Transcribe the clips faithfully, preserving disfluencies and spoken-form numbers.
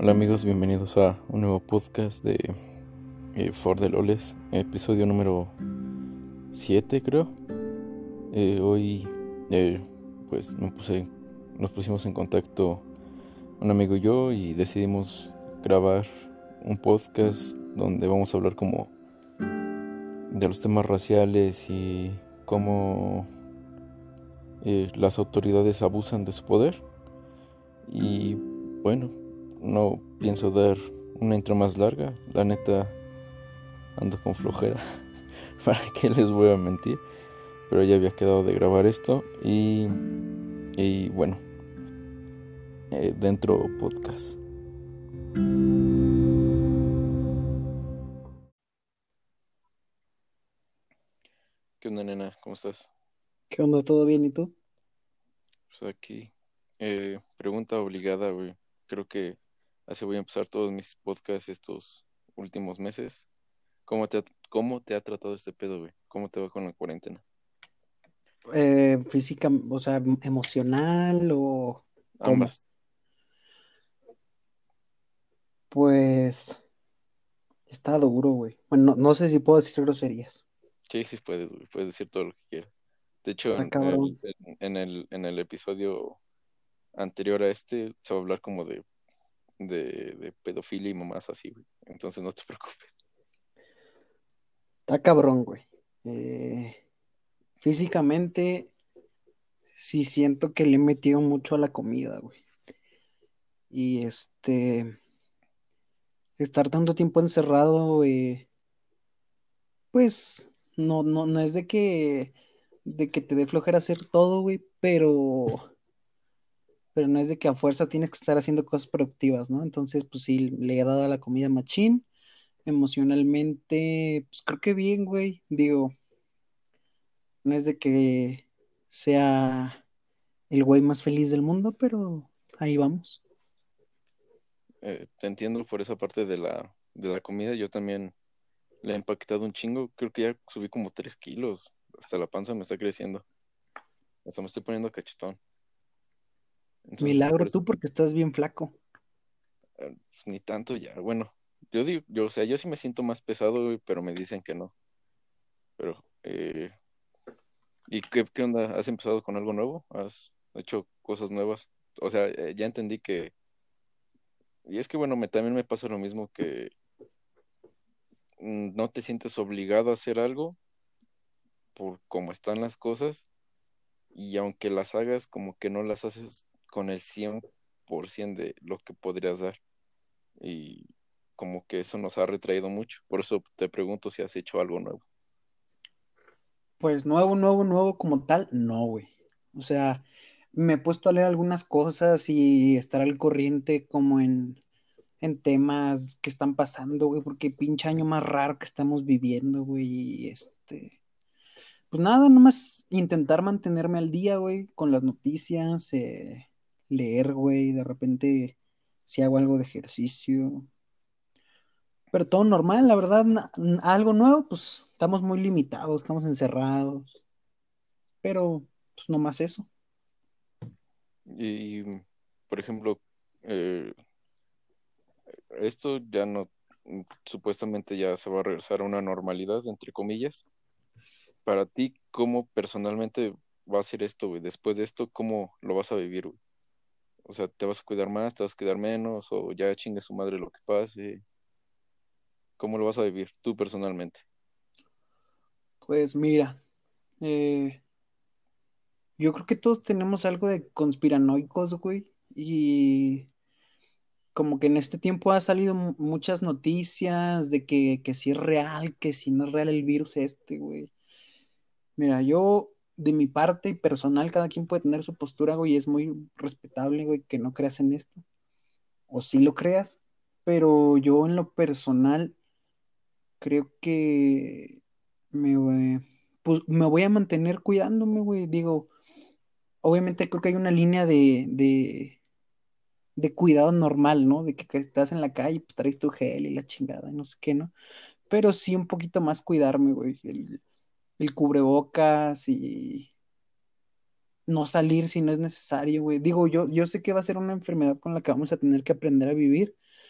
Hola amigos, bienvenidos a un nuevo podcast de eh, For the Loles, episodio número siete creo. Eh, hoy eh, pues me puse, nos pusimos en contacto un amigo y yo y decidimos grabar un podcast donde vamos a hablar como de los temas raciales y cómo eh, las autoridades abusan de su poder. Y bueno, no pienso dar una intro más larga, la neta ando con flojera. ¿Para qué les voy a mentir? Pero ya había quedado de grabar esto y, y bueno, eh, dentro podcast. ¿Qué onda, nena? ¿Cómo estás? ¿Qué onda? ¿Todo bien? ¿Y tú? Pues aquí, eh, pregunta obligada, güey. Creo que así voy a empezar todos mis podcasts estos últimos meses. ¿Cómo te ha, cómo te ha tratado este pedo, güey? ¿Cómo te va con la cuarentena? Eh, física, o sea, em- emocional o cómo? Ambas. Pues está duro, güey. Bueno, no, no sé si puedo decir groserías. Sí, sí puedes, güey. Puedes decir todo lo que quieras. De hecho, Está en el, cabrón. en, en el, en el episodio anterior a este se va a hablar como de, de, de pedofilia y mamás así, güey. Entonces no te preocupes. Está cabrón, güey. Eh, físicamente sí siento que le he metido mucho a la comida, güey. Y este, estar tanto tiempo encerrado, eh, pues no, no, no es de que, de que te dé flojera hacer todo, güey, pero pero no es de que a fuerza tienes que estar haciendo cosas productivas, ¿no? Entonces, pues sí, le he dado a la comida machín, emocionalmente, pues creo que bien, güey, digo, no es de que sea el güey más feliz del mundo, pero ahí vamos. Eh, te entiendo por esa parte de la, de la comida. Yo también le he empaquetado un chingo. Creo que ya subí como tres kilos. Hasta la panza me está creciendo. Hasta me estoy poniendo cachetón. Entonces, sí, Milagro por eso, tú porque estás bien flaco. eh, pues, ni tanto ya. Bueno, yo digo, yo, o sea, yo sí me siento más pesado, güey, pero me dicen que no. Pero, eh, ¿y qué, qué onda? ¿Has empezado con algo nuevo? ¿Has hecho cosas nuevas? O sea, eh, ya entendí que, y es que bueno, me, también me pasa lo mismo que mm, no te sientes obligado a hacer algo por cómo están las cosas y aunque las hagas, como que no las haces con el cien por ciento de lo que podrías dar y como que eso nos ha retraído mucho. Por eso te pregunto si has hecho algo nuevo. Pues nuevo, nuevo, nuevo como tal, no, güey. O sea, me he puesto a leer algunas cosas y estar al corriente como en, en temas que están pasando, güey, porque pinche año más raro que estamos viviendo, güey, y este, pues nada, nomás intentar mantenerme al día, güey, con las noticias, eh, leer, güey, de repente si hago algo de ejercicio, pero todo normal, la verdad, na- n- algo nuevo, pues estamos muy limitados, estamos encerrados, pero pues nomás eso. Y, por ejemplo, eh, esto ya no, mm, supuestamente ya se va a regresar a una normalidad, entre comillas. Para ti, ¿cómo personalmente va a ser esto, güey? Después de esto, ¿cómo lo vas a vivir, güey? O sea, ¿te vas a cuidar más, te vas a cuidar menos, o ya chingue su madre lo que pase? ¿Cómo lo vas a vivir tú personalmente? Pues mira, eh, yo creo que todos tenemos algo de conspiranoicos, güey, y como que en este tiempo ha salido mu- muchas noticias de que, que si es real, que si no es real el virus este, güey. Mira, yo de mi parte y personal, cada quien puede tener su postura, güey, y es muy respetable, güey, que no creas en esto, o sí lo creas, pero yo en lo personal creo que me, eh, pues, me voy a mantener cuidándome, güey, digo, obviamente creo que hay una línea de, de de cuidado normal, ¿no? De que, que estás en la calle, pues traes tu gel y la chingada, y no sé qué, ¿no? Pero sí un poquito más cuidarme, güey. El, el cubrebocas y no salir si no es necesario, güey. Digo, yo, yo sé que va a ser una enfermedad con la que vamos a tener que aprender a vivir,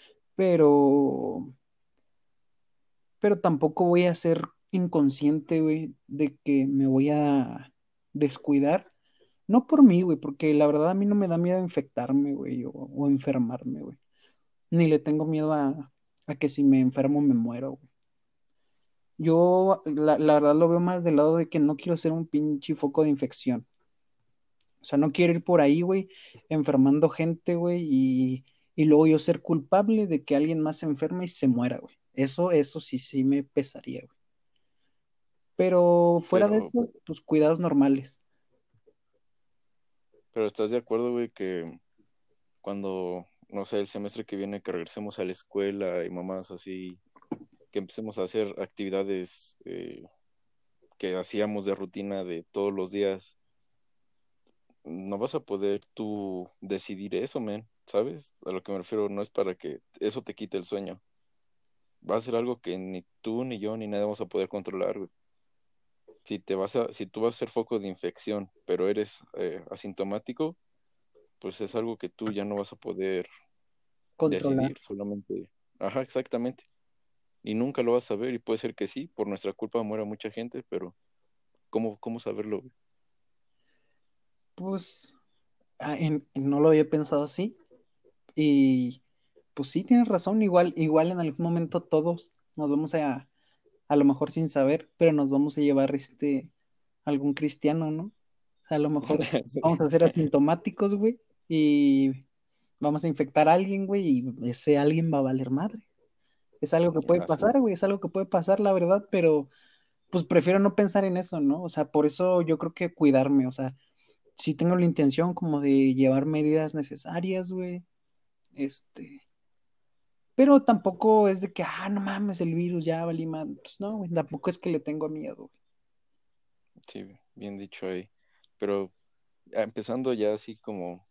pero, pero tampoco voy a ser inconsciente, güey, de que me voy a descuidar. No por mí, güey, porque la verdad a mí no me da miedo infectarme, güey, o, o enfermarme, güey. Ni le tengo miedo a, a que si me enfermo me muero, güey. Yo, la, la verdad, lo veo más del lado de que no quiero ser un pinche foco de infección. O sea, no quiero ir por ahí, güey, enfermando gente, güey, y, y luego yo ser culpable de que alguien más se enferme y se muera, güey. Eso, eso sí, sí me pesaría, güey. Pero fuera de Pero, eso, pues cuidados normales. pero ¿estás de acuerdo, güey, que cuando, no sé, el semestre que viene que regresemos a la escuela y mamás así, que empecemos a hacer actividades eh, que hacíamos de rutina de todos los días, no vas a poder tú decidir eso, men, ¿sabes? A lo que me refiero no es para que eso te quite el sueño. Va a ser algo que ni tú, ni yo, ni nadie vamos a poder controlar, güey. Si te vas a, si tú vas a ser foco de infección, pero eres eh, asintomático, pues es algo que tú ya no vas a poder Controlar. decidir, solamente. Ajá, exactamente. Y nunca lo vas a saber, y puede ser que sí, por nuestra culpa muera mucha gente, pero ¿cómo, cómo saberlo, güey? Pues ah, en- en- no lo había pensado así. Y pues sí, tienes razón. Igual, igual en algún momento todos nos vamos a, a lo mejor sin saber, pero nos vamos a llevar este algún cristiano, ¿no? O sea, a lo mejor vamos a ser asintomáticos, güey, y vamos a infectar a alguien, güey, y ese alguien va a valer madre. Es algo que puede Así pasar, es. güey, es algo que puede pasar, la verdad, pero pues prefiero no pensar en eso, ¿no? O sea, por eso yo creo que cuidarme, o sea, si tengo la intención como de llevar medidas necesarias, güey, este, pero tampoco es de que, ah, no mames, el virus ya valí madre. Pues no, güey, tampoco es que le tengo miedo, güey. Sí, bien dicho ahí. Pero ah, empezando ya así como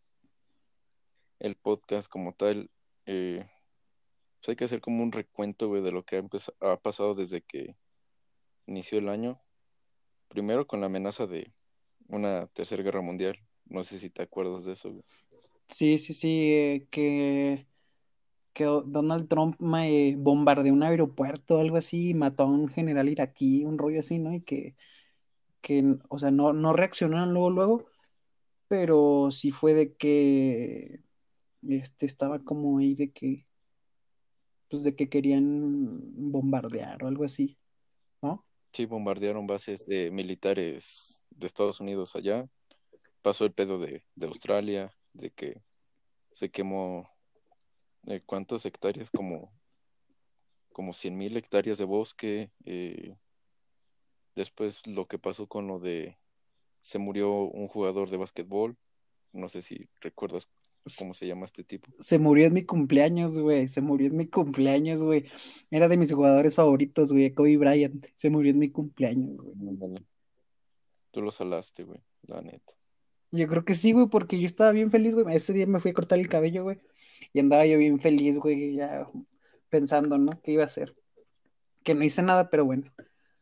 el podcast como tal, eh, pues hay que hacer como un recuento, güey, de lo que ha, empeza- ha pasado desde que inició el año. Primero con la amenaza de una tercera guerra mundial. No sé si te acuerdas de eso, güey. Sí, sí, sí, eh, que, que O- Donald Trump me bombardeó un aeropuerto o algo así y mató a un general iraquí, un rollo así, ¿no? Y que, que o sea, no, no reaccionaron luego, luego, pero sí fue de que este estaba como ahí de que, pues de que querían bombardear o algo así, ¿no? Sí, bombardearon bases eh, militares de Estados Unidos allá. Pasó el pedo de, de Australia, de que se quemó, eh, ¿cuántas hectáreas? Como, como cien mil hectáreas de bosque. eh, después lo que pasó con lo de, se murió un jugador de básquetbol. No sé si recuerdas cómo se llama este tipo. Se murió en mi cumpleaños, güey. Se murió en mi cumpleaños, güey. Era de mis jugadores favoritos, güey. Kobe Bryant. Se murió en mi cumpleaños, güey. Ándale. Tú lo salaste, güey, la neta. Yo creo que sí, güey, porque yo estaba bien feliz, güey. Ese día me fui a cortar el cabello, güey. Y andaba yo bien feliz, güey, ya pensando, ¿no? ¿Qué iba a hacer? Que no hice nada, pero bueno.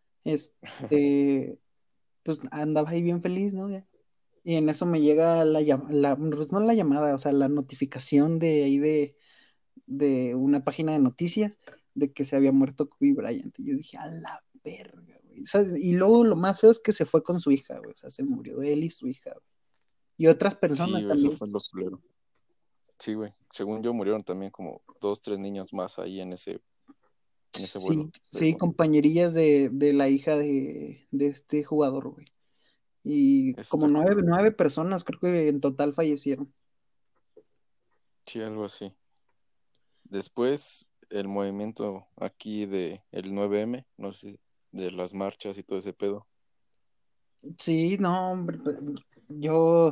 Este, pues andaba ahí bien feliz, ¿no? Ya. Y en eso me llega la llamada, pues no la llamada, o sea, la notificación de ahí de, de una página de noticias de que se había muerto Kobe Bryant. Y yo dije, a la verga, güey. ¿Sabes? Y luego lo más feo es que se fue con su hija, güey. O sea, se murió él y su hija, güey. Y otras Sí, personas güey, eso también. fue lo culero. Sí, güey. Según yo murieron también como dos, tres niños más ahí en ese, en ese vuelo, Sí, sí, según. compañerillas de, de la hija de, de este jugador, güey. Y Eso como está nueve, culero. nueve personas creo que en total fallecieron. Sí, algo así. Después, el movimiento aquí de el nueve eme, no sé, de las marchas y todo ese pedo. Sí, no, hombre, pues, yo,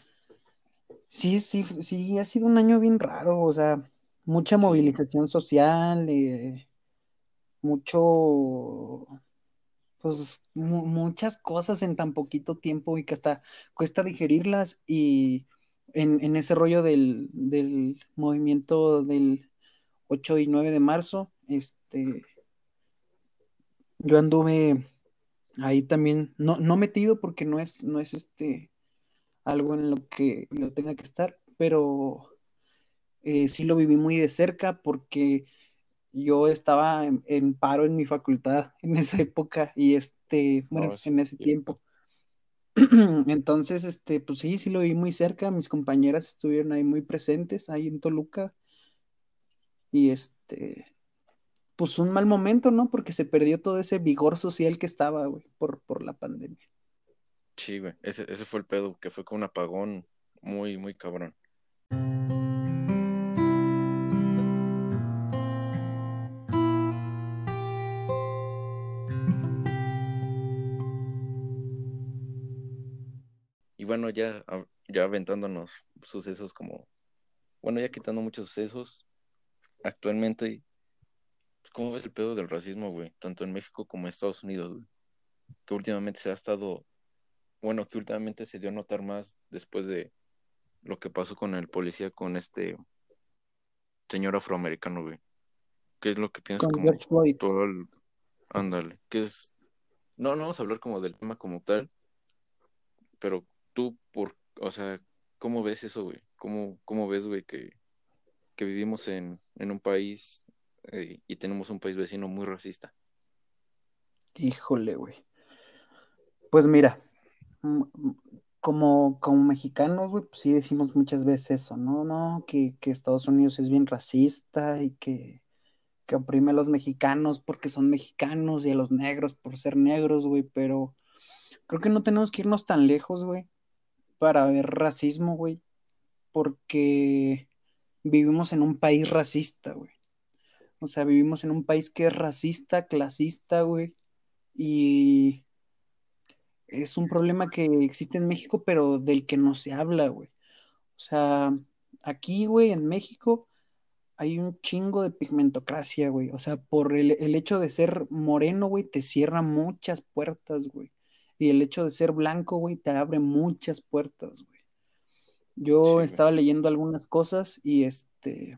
sí, sí, sí, ha sido un año bien raro, o sea, mucha Sí, movilización social, eh, mucho, pues mu- muchas cosas en tan poquito tiempo y que hasta cuesta digerirlas y en, en ese rollo del, del movimiento del ocho y nueve de marzo, este, yo anduve ahí también, no, no metido porque no es, no es este algo en lo que yo tenga que estar, pero eh, sí lo viví muy de cerca porque yo estaba en, en paro en mi facultad en esa época y este, No, bueno, sí, en ese cierto. tiempo. Entonces, este, pues sí, sí lo vi muy cerca, mis compañeras estuvieron ahí muy presentes, ahí en Toluca, y este, pues un mal momento, ¿no? Porque se perdió todo ese vigor social que estaba, güey, por, por la pandemia. Sí, güey. Ese, ese fue el pedo, que fue con un apagón muy, muy cabrón. Y bueno, ya, a- ya aventándonos sucesos como, bueno, ya quitando muchos sucesos, actualmente, pues, ¿cómo ves el pedo del racismo, güey? Tanto en México como en Estados Unidos, güey. Que últimamente se ha estado, bueno, que últimamente se dio a notar más después de lo que pasó con el policía, con este señor afroamericano, güey. ¿Qué es lo que piensas Con como George Floyd. todo el, ándale, qué es, no, no vamos a hablar como del tema como tal, pero tú, por, o sea, ¿cómo ves eso, güey? ¿Cómo, cómo ves, güey, que, que vivimos en, en un país eh, y tenemos un país vecino muy racista? Híjole, güey. Pues mira, mm, mm, como, como mexicanos, güey, pues sí decimos muchas veces eso, ¿no? No, que, que Estados Unidos es bien racista y que, que oprime a los mexicanos porque son mexicanos y a los negros por ser negros, güey, pero creo que no tenemos que irnos tan lejos, güey, para ver racismo, güey, porque vivimos en un país racista, güey. O sea, vivimos en un país que es racista, clasista, güey, y es un problema que existe en México, pero del que no se habla, güey. O sea, aquí, güey, en México hay un chingo de pigmentocracia, güey. O sea, por el, el hecho de ser moreno, güey, te cierra muchas puertas, güey. Y el hecho de ser blanco, güey, te abre muchas puertas, güey. Yo Sí, güey. estaba leyendo algunas cosas y este,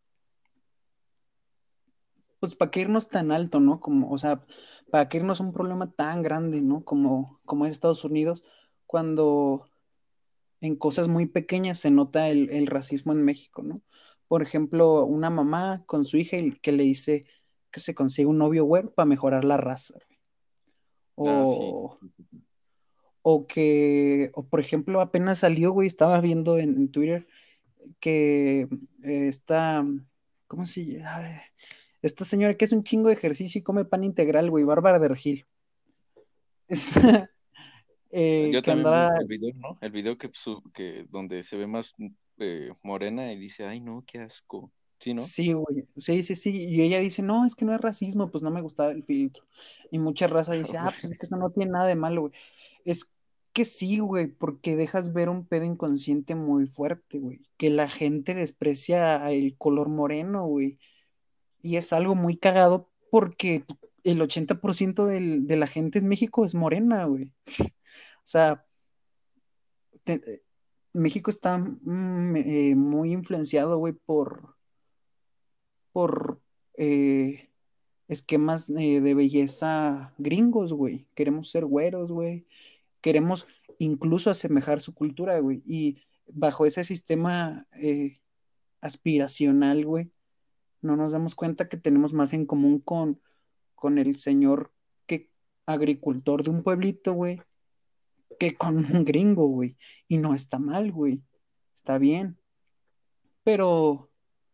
pues para qué irnos tan alto, ¿no? Como, o sea, para qué irnos a un problema tan grande, ¿no? Como, como es Estados Unidos, cuando en cosas muy pequeñas se nota el, el racismo en México, ¿no? Por ejemplo, una mamá con su hija y que le dice que se consiga un novio güero para mejorar la raza, güey. Ah, sí. O, o que, o por ejemplo, apenas salió, güey, estaba viendo en, en Twitter que eh, está, ¿cómo se llama? Esta señora que hace un chingo de ejercicio y come pan integral, güey, Bárbara de Regil. Está, eh, Yo que también vi andaba, el video, ¿no? El video que, su- que donde se ve más eh, morena y dice, ay, no, qué asco. Sí, ¿no? sí, güey, sí, sí, sí, y ella dice, no, es que no es racismo, pues no me gustaba el filtro. Y mucha raza dice, ah, pues es que eso no tiene nada de malo, güey. Es que sí, güey, porque dejas ver un pedo inconsciente muy fuerte, güey, que la gente desprecia el color moreno, güey. Y es algo muy cagado porque el ochenta por ciento del, de la gente en México es morena, güey. O sea, te- México está mm, eh, muy influenciado, güey, por, por eh, esquemas eh, de belleza gringos, güey. Queremos ser güeros, güey. Queremos incluso asemejar su cultura, güey. Y bajo ese sistema eh, aspiracional, güey, no nos damos cuenta que tenemos más en común con, con el señor que agricultor de un pueblito, güey, que con un gringo, güey. Y no está mal, güey. Está bien. Pero,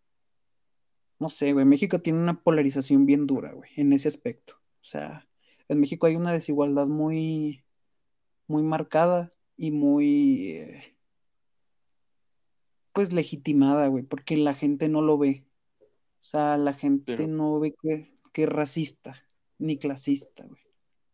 no sé, güey, México tiene una polarización bien dura, güey, en ese aspecto. O sea, en México hay una desigualdad muy, muy marcada y muy, eh, pues, legitimada, güey, porque la gente no lo ve. O sea, la gente Pero no ve que, que es racista ni clasista, güey.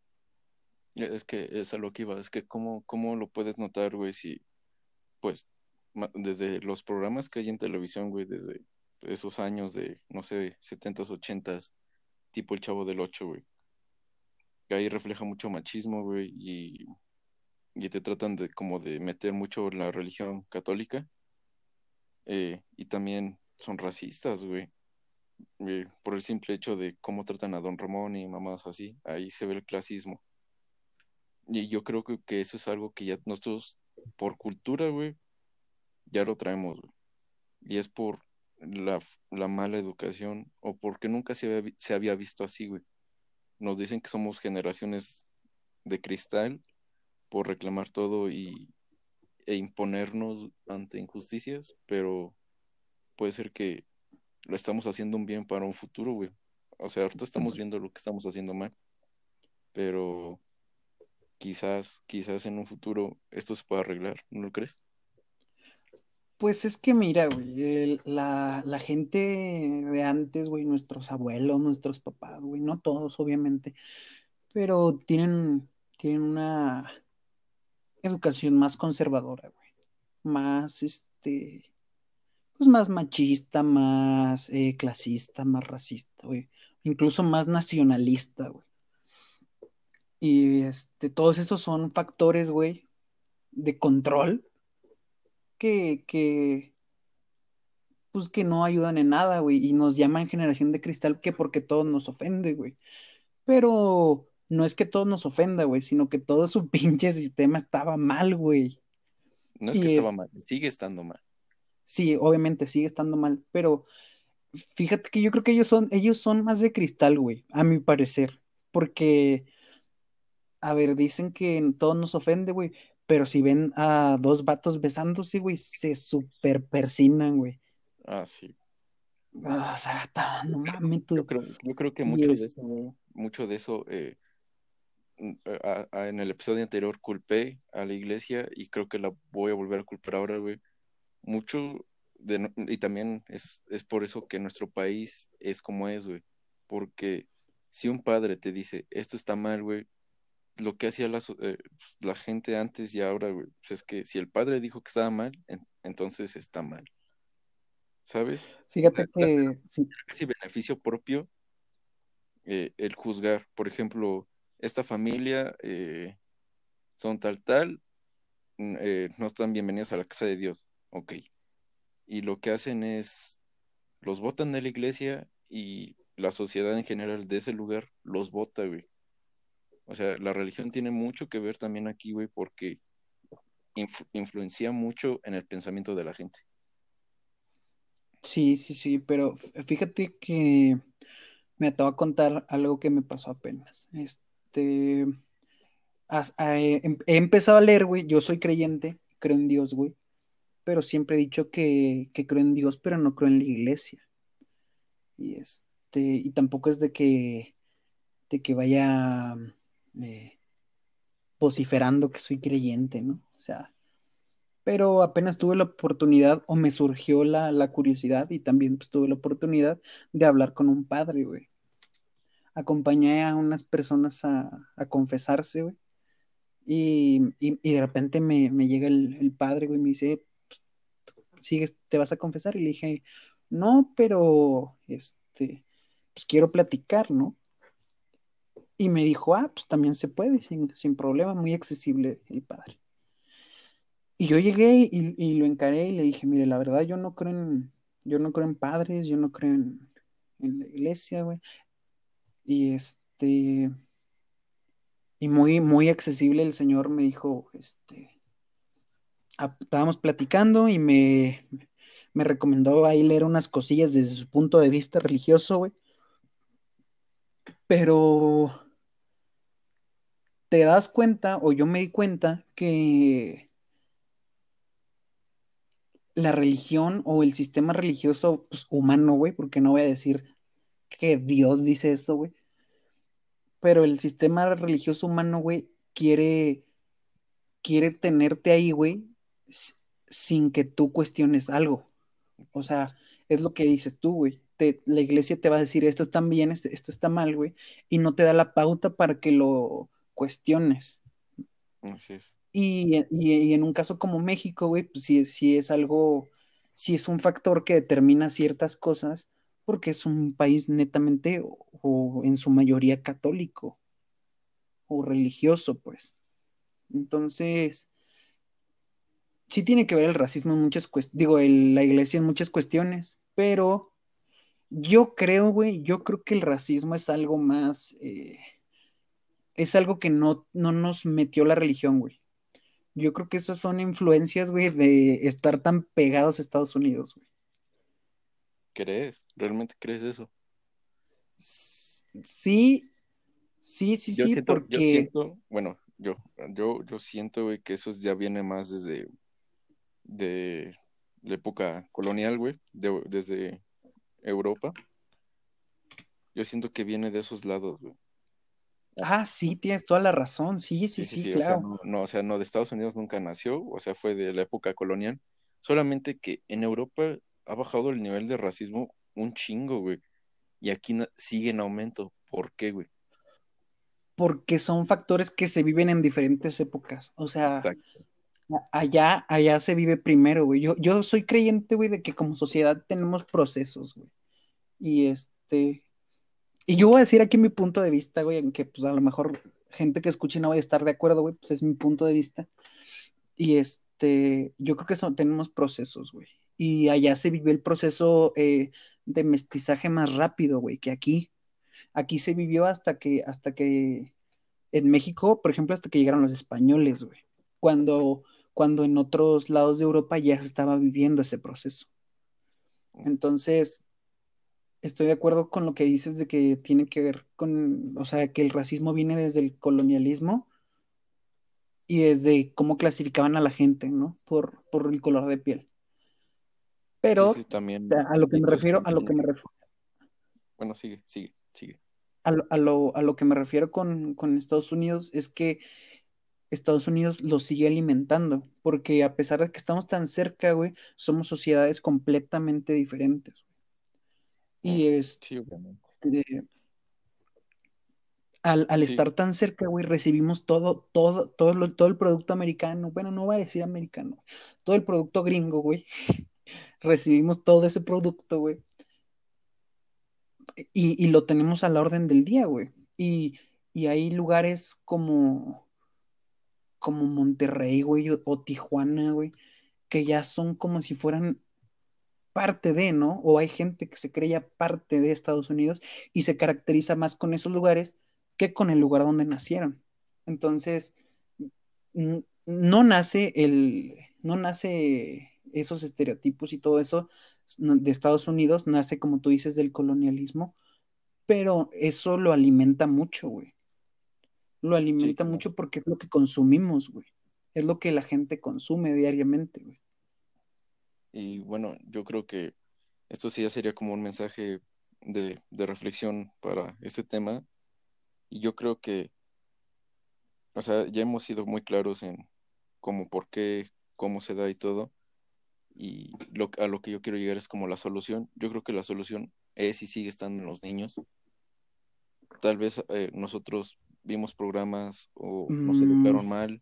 es que es a lo que iba, es que cómo, cómo lo puedes notar, güey, si, pues, ma- desde los programas que hay en televisión, güey, desde esos años de, no sé, setentas, ochentas, tipo El Chavo del Ocho, güey, que ahí refleja mucho machismo, güey, y, y te tratan de como de meter mucho la religión católica, eh, y también son racistas, güey, eh, por el simple hecho de cómo tratan a Don Ramón y mamás así, ahí se ve el clasismo. Y yo creo que, que eso es algo que ya nosotros, por cultura, güey, ya lo traemos, güey. Y es por, la, f- la mala educación o porque nunca se había, vi- se había visto así, güey. Nos dicen que somos generaciones de cristal por reclamar todo y, e imponernos ante injusticias, pero puede ser que lo estamos haciendo un bien para un futuro, güey. O sea, ahorita estamos viendo lo que estamos haciendo mal, pero quizás, quizás en un futuro esto se pueda arreglar, ¿no lo crees? Pues es que mira, güey, el- la, la gente de antes, güey, nuestros abuelos, nuestros papás, güey, no todos, obviamente, pero tienen, tienen una educación más conservadora, güey, más, este, pues más machista, más eh, clasista, más racista, güey, incluso más nacionalista, güey. Y este, todos esos son factores, güey, de control que, que, pues que no ayudan en nada, güey, y nos llaman generación de cristal que porque todo nos ofende, güey. Pero no es que todo nos ofenda, güey, sino que todo su pinche sistema estaba mal, güey. No es que Y estaba es, mal, sigue estando mal. sí, obviamente sigue estando mal, pero fíjate que yo creo que ellos son, ellos son más de cristal, güey, a mi parecer. Porque, a ver, dicen que en todo nos ofende, güey, pero si ven a dos vatos besándose, güey, se super persinan, güey. Ah, sí. Ah, o sea, ta- no mames Yo tú. creo, yo creo que Y mucho de es, eso, mucho de eso, eh, mm, a- a- en el episodio anterior culpé a la iglesia y creo que la voy a volver a culpar ahora, güey. Mucho de, no- y también es, es por eso que nuestro país es como es, güey. Porque si un padre te dice, esto está mal, güey, lo que hacía la, so- eh, pues, la gente antes y ahora, güey, pues es que si el padre dijo que estaba mal, en- entonces está mal, ¿sabes? Da, fíjate da que, casi beneficio propio eh, el juzgar. Por ejemplo, esta familia eh, son tal, tal, mm, eh, no están bienvenidos a la casa de Dios. Ok. Y lo que hacen es, los botan de la iglesia y la sociedad en general de ese lugar los bota, güey. O sea, la religión tiene mucho que ver también aquí, güey, porque influ- influencia mucho en el pensamiento de la gente. sí, sí, sí, pero fíjate que me te voy a contar algo que me pasó apenas. Este, as- a- eh, em- he empezado a leer, güey, yo soy creyente, creo en Dios, güey, pero siempre he dicho que, que creo en Dios, pero no creo en la iglesia. Y este, y tampoco es de que, de que vaya eh, vociferando que soy creyente, ¿no? O sea, pero apenas tuve la oportunidad o me surgió la, la curiosidad y también pues, tuve la oportunidad de hablar con un padre, güey. Acompañé a unas personas a, a confesarse, güey. Y, y, y de repente me, me llega el, el padre, güey, y me dice, ¿sigues, te vas a confesar? Y le dije, no, pero, este, pues quiero platicar, ¿no? Y me dijo, ah, pues también se puede, sin, sin problema, muy accesible el padre. Y yo llegué y, y lo encaré y le dije, mire, la verdad yo no creo en, yo no creo en padres, yo no creo en, en la iglesia, güey. Y este, y muy, muy accesible el señor me dijo, este, ah, estábamos platicando y me, me recomendó ahí leer unas cosillas desde su punto de vista religioso, güey. Pero te das cuenta, o yo me di cuenta, que la religión o el sistema religioso pues, humano, güey, porque no voy a decir que Dios dice eso, güey, pero el sistema religioso humano, güey, quiere, quiere tenerte ahí, güey, s- sin que tú cuestiones algo. O sea, es lo que dices tú, güey. Te, la iglesia te va a decir esto está bien, esto, esto está mal, güey, y no te da la pauta para que lo cuestiones. Así es. Y, y- y en un caso como México, güey, pues sí, sí es algo, sí es un factor que determina ciertas cosas, porque es un país netamente o, o en su mayoría católico o religioso, pues. Entonces, sí tiene que ver el racismo en muchas cuestiones, digo, el- la iglesia en muchas cuestiones, pero yo creo, güey, yo creo que el racismo es algo más, eh, es algo que no, no nos metió la religión, güey. Yo creo que esas son influencias, güey, de estar tan pegados a Estados Unidos, güey. ¿Crees? ¿Realmente crees eso? S- Sí, sí, sí, Yo sí, siento, yo porque, siento, bueno, yo, yo, yo siento, güey, que eso ya viene más desde de la época colonial, güey, de- desde Europa. Yo siento que viene de esos lados, güey. ah, sí, tienes toda la razón, sí, sí, Sí, sí, sí, sí, o sea, claro. no, no, o sea, no, de Estados Unidos nunca nació, o sea, fue de la época colonial. Solamente que en Europa ha bajado el nivel de racismo un chingo, güey. Y aquí na- sigue en aumento. ¿Por qué, güey? Porque son factores que se viven en diferentes épocas. O sea, Exacto. a- allá, allá se vive primero, güey. Yo, yo soy creyente, güey, de que como sociedad tenemos procesos, güey. Y este, y yo voy a decir aquí mi punto de vista, güey, aunque pues a lo mejor gente que escuche no vaya a estar de acuerdo, güey, pues es mi punto de vista. Y este, yo creo que son, tenemos procesos, güey. Y allá se vivió el proceso eh, de mestizaje más rápido, güey, que aquí. Aquí se vivió hasta que, hasta que en México, por ejemplo, hasta que llegaron los españoles, güey. Cuando, cuando en otros lados de Europa ya se estaba viviendo ese proceso. Entonces, estoy de acuerdo con lo que dices de que tiene que ver con, o sea, que el racismo viene desde el colonialismo y desde cómo clasificaban a la gente, ¿no? Por, por el color de piel. Pero Sí, sí, a también. a lo que Y me todo eso refiero, también a lo tiene que me que... refiero, Bueno, sigue, sigue, sigue. a lo, a lo, a lo que me refiero con, con Estados Unidos es que Estados Unidos lo sigue alimentando, porque a pesar de que estamos tan cerca, güey, somos sociedades completamente diferentes. Mm, Y este, sí, obviamente. al, al Sí, estar tan cerca, güey, recibimos todo, todo, todo, lo- todo el producto americano. Bueno, no voy a decir americano, todo el producto gringo, güey. Recibimos todo ese producto, güey, y, y lo tenemos a la orden del día, güey. Y, y hay lugares como, como Monterrey, güey, o, o Tijuana, güey, que ya son como si fueran parte de, ¿no? O hay gente que se cree ya parte de Estados Unidos y se caracteriza más con esos lugares que con el lugar donde nacieron. Entonces, n- no nace el, no nace esos estereotipos y todo eso de Estados Unidos, nace, como tú dices, del colonialismo, pero eso lo alimenta mucho, güey. Lo sí, alimenta claro. mucho porque es lo que consumimos, güey. Es lo que la gente consume diariamente, güey. Y bueno, yo creo que esto sí ya sería como un mensaje de, de reflexión para este tema. Y yo creo que, o sea, ya hemos sido muy claros en cómo, por qué, cómo se da y todo. Y lo, a lo que yo quiero llegar es como la solución. Yo creo que la solución es y sigue estando en los niños. Tal vez eh, nosotros vimos programas o nos Mm, educaron mal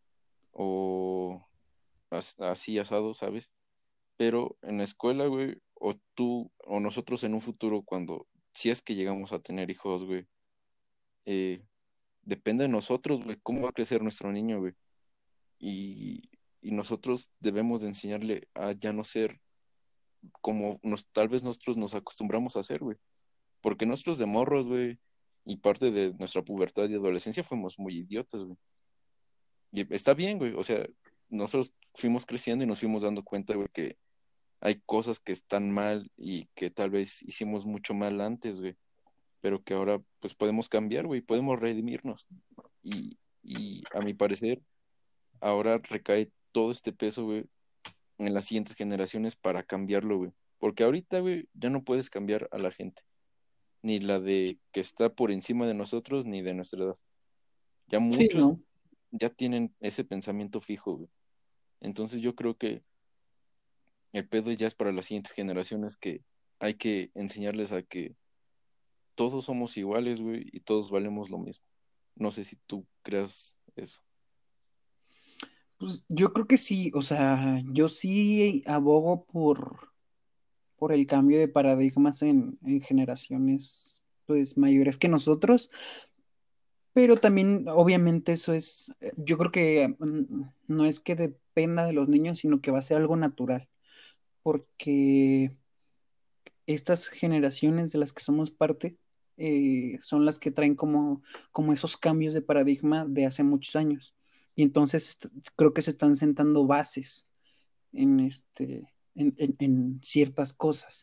o as- así asado, ¿sabes? Pero en la escuela, güey, o tú o nosotros en un futuro, cuando, si es que llegamos a tener hijos, güey, eh, depende de nosotros, güey, cómo va a crecer nuestro niño, güey. Y, y nosotros debemos de enseñarle a ya no ser como nos, tal vez nosotros nos acostumbramos a hacer, güey. Porque nosotros de morros, güey, y parte de nuestra pubertad y adolescencia fuimos muy idiotas, güey. Y está bien, güey, o sea, nosotros fuimos creciendo y nos fuimos dando cuenta, güey, que hay cosas que están mal y que tal vez hicimos mucho mal antes, güey, pero que ahora pues podemos cambiar, güey, podemos redimirnos. Y, y a mi parecer, ahora recae todo este peso, güey, en las siguientes generaciones para cambiarlo, güey. Porque ahorita, güey, ya no puedes cambiar a la gente, ni la de que está por encima de nosotros, ni de nuestra edad. Ya sí, muchos ¿no? ya tienen ese pensamiento fijo, güey. Entonces yo creo que el pedo ya es para las siguientes generaciones que hay que enseñarles a que todos somos iguales, güey, y todos valemos lo mismo. No sé si tú creas eso. Pues yo creo que sí, o sea, yo sí abogo por, por el cambio de paradigmas en, en generaciones pues mayores que nosotros, pero también obviamente eso es, eh, yo creo que mm, no es que dependa de los niños, sino que va a ser algo natural, porque estas generaciones de las que somos parte eh, son las que traen como, como esos cambios de paradigma de hace muchos años. Y entonces est- creo que se están sentando bases en, este, en, en- en ciertas cosas.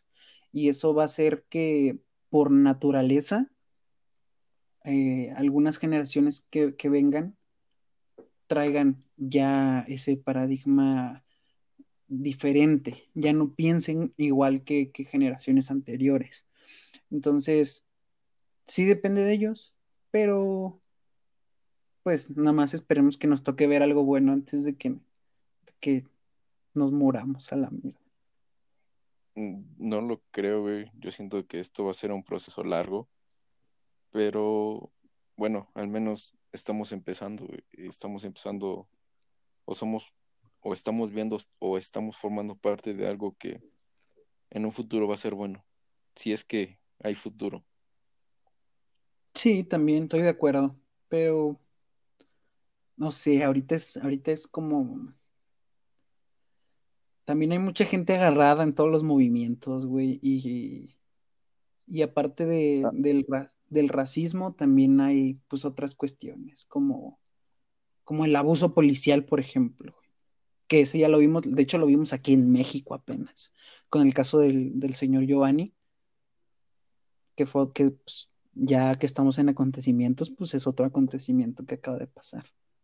y eso va a hacer que por naturaleza eh, algunas generaciones que, que vengan traigan ya ese paradigma diferente, ya no piensen igual que, que generaciones anteriores. Entonces, sí depende de ellos, pero pues nada más esperemos que nos toque ver algo bueno antes de que, que nos muramos a la mierda. Mm, No lo creo, güey. Yo siento que esto va a ser un proceso largo, pero bueno, al menos estamos empezando, güey. Estamos empezando, o somos, o estamos viendo, o estamos formando parte de algo que en un futuro va a ser bueno, si es que hay futuro. Sí, también estoy de acuerdo, pero no sé, ahorita es, ahorita es como, también hay mucha gente agarrada en todos los movimientos, güey, y, y aparte de, Ah, del, ra- del racismo, también hay pues otras cuestiones, como, como el abuso policial, por ejemplo, que ese ya lo vimos, de hecho lo vimos aquí en México apenas, con el caso del, del señor Giovanni, que fue que pues, ya que estamos en acontecimientos, pues es otro acontecimiento que acaba de pasar.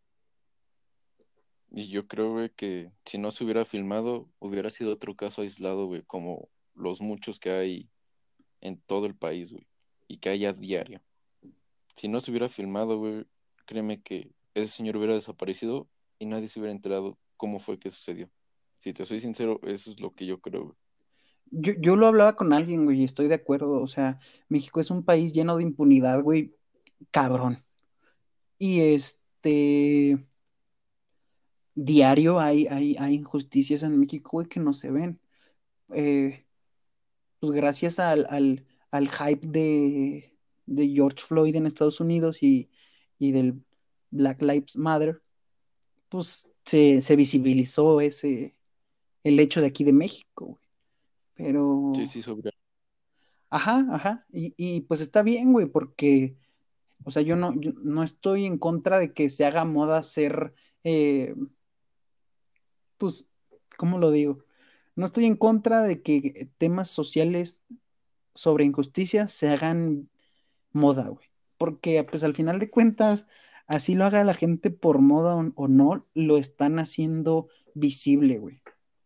y yo creo, güey, que si no se hubiera filmado, hubiera sido otro caso aislado, güey, como los muchos que hay en todo el país, güey, y que hay a diario. Si no se hubiera filmado, güey, créeme que ese señor hubiera desaparecido y nadie se hubiera enterado cómo fue que sucedió. Si te soy sincero, eso es lo que yo creo, güey. Yo, yo lo hablaba con alguien, güey, y estoy de acuerdo, o sea, México es un país lleno de impunidad, güey, cabrón. Y este, diario hay, hay, hay injusticias en México, güey, que no se ven. Eh, pues gracias al, al, al hype de, de George Floyd en Estados Unidos y, y del Black Lives Matter, pues se, se visibilizó ese, el hecho de aquí de México, güey. Sí, Pero, sí, sobre. ajá, ajá, y, y pues está bien, güey, porque, o sea, yo no, yo no estoy en contra de que se haga moda ser, eh, pues, ¿cómo lo digo? No estoy en contra de que temas sociales sobre injusticia se hagan moda, güey. Porque pues al final de cuentas, así lo haga la gente por moda o, o no, lo están haciendo visible, güey.